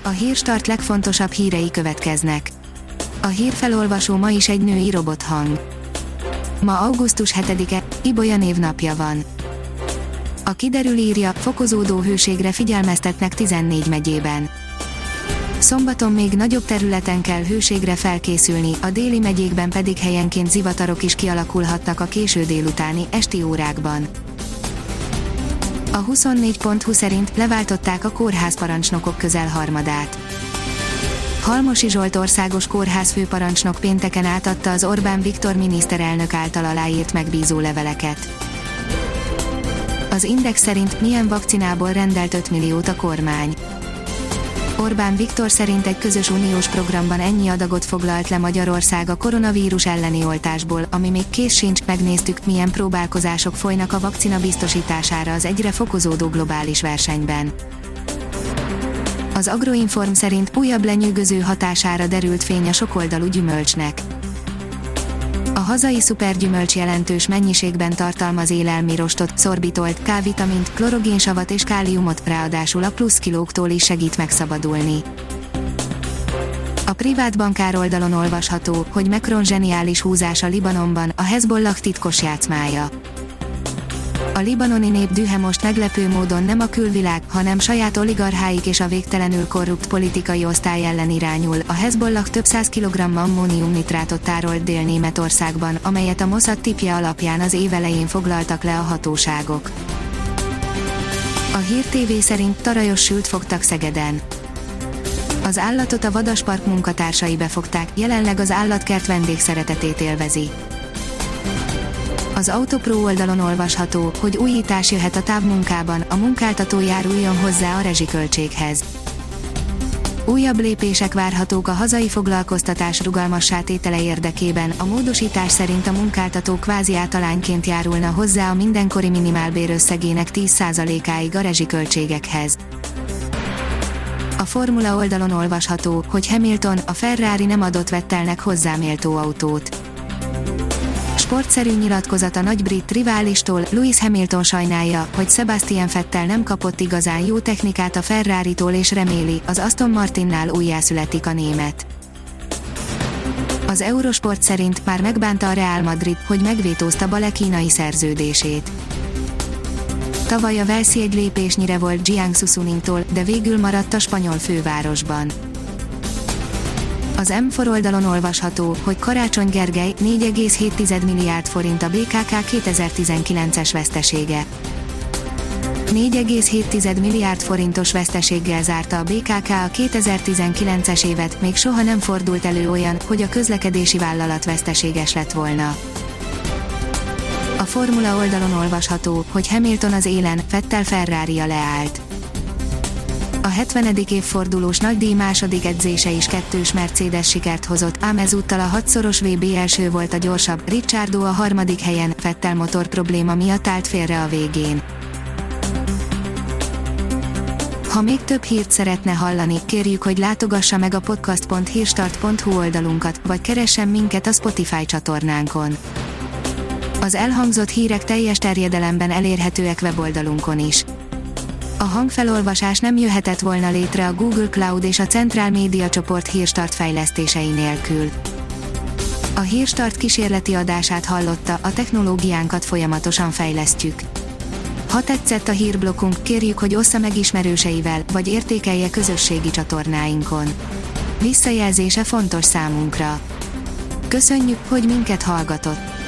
A Hírstart legfontosabb hírei következnek. A hírfelolvasó ma is egy női robothang. Ma augusztus 7-e, Ibolya névnapja van. A Kiderül írja, fokozódó hőségre figyelmeztetnek 14 megyében. Szombaton még nagyobb területen kell hőségre felkészülni, a déli megyékben pedig helyenként zivatarok is kialakulhatnak a késő délutáni, esti órákban. A 24.hu szerint leváltották a kórházparancsnokok közel harmadát. Halmosi Zsolt országos kórházfőparancsnok pénteken átadta az Orbán Viktor miniszterelnök által aláírt megbízó leveleket. Az Index szerint milyen vakcinából rendelt 5 milliót a kormány. Orbán Viktor szerint egy közös uniós programban ennyi adagot foglalt le Magyarország a koronavírus elleni oltásból, ami még kész sincs, megnéztük, milyen próbálkozások folynak a vakcina biztosítására az egyre fokozódó globális versenyben. Az Agroinform szerint újabb lenyűgöző hatására derült fény a sokoldalú gyümölcsnek. A hazai szupergyümölcs jelentős mennyiségben tartalmaz élelmi rostot, szorbitolt, K-vitamint, klorogénsavat és káliumot, ráadásul a plusz kilóktól is segít megszabadulni. A privát bankár oldalon olvasható, hogy Macron zseniális húzása Libanonban, a Hezbollah titkos játszmája. A libanoni nép dühe most meglepő módon nem a külvilág, hanem saját oligarcháik és a végtelenül korrupt politikai osztály ellen irányul. A Hezbollah több 100 kg ammóniumnitrátot tárolt Dél-Németországban, amelyet a Mossad tippje alapján az év elején foglaltak le a hatóságok. A Hír TV szerint tarajos sült fogtak Szegeden. Az állatot a vadaspark munkatársai befogták, jelenleg az állatkert vendégszeretetét élvezi. Az Autopro oldalon olvasható, hogy újítás jöhet a távmunkában, a munkáltató járuljon hozzá a rezsiköltséghez. Újabb lépések várhatók a hazai foglalkoztatás rugalmassá tétele érdekében, a módosítás szerint a munkáltató kvázi általányként járulna hozzá a mindenkori minimálbér összegének 10%-áig a rezsiköltségekhez. A Formula oldalon olvasható, hogy Hamilton, a Ferrari nem adott Vettelnek hozzáméltó autót. Sportszerű nyilatkozat a nagy brit riválistól, Lewis Hamilton sajnálja, hogy Sebastian Vettel nem kapott igazán jó technikát a Ferraritól és reméli, az Aston Martinnál újjászületik a német. Az Eurosport szerint már megbánta a Real Madrid, hogy megvétózta Bale kínai szerződését. Tavaly a Velszi egy lépésnyire volt Jiangsu Suningtól, de végül maradt a spanyol fővárosban. Az M4 oldalon olvasható, hogy Karácsony Gergely 4,7 milliárd forint a BKK 2019-es vesztesége. 4,7 milliárd forintos veszteséggel zárta a BKK a 2019-es évet, még soha nem fordult elő olyan, hogy a közlekedési vállalat veszteséges lett volna. A Formula oldalon olvasható, hogy Hamilton az élen, Vettel Ferrarija leállt. A 70. évfordulós nagydíj második edzése is kettős Mercedes sikert hozott, ám ezúttal a 6-szoros VB első volt a gyorsabb, Ricciardo a harmadik helyen, Vettel motor probléma miatt állt félre a végén. Ha még több hírt szeretne hallani, kérjük, hogy látogassa meg a podcast.hírstart.hu oldalunkat, vagy keressen minket a Spotify csatornánkon. Az elhangzott hírek teljes terjedelemben elérhetőek weboldalunkon is. A hangfelolvasás nem jöhetett volna létre a Google Cloud és a Centrál Média Csoport Hírstart fejlesztései nélkül. A Hírstart kísérleti adását hallotta, a technológiánkat folyamatosan fejlesztjük. Ha tetszett a hírblokkunk, kérjük, hogy ossza meg ismerőseivel, vagy értékelje közösségi csatornáinkon. Visszajelzése fontos számunkra. Köszönjük, hogy minket hallgatott!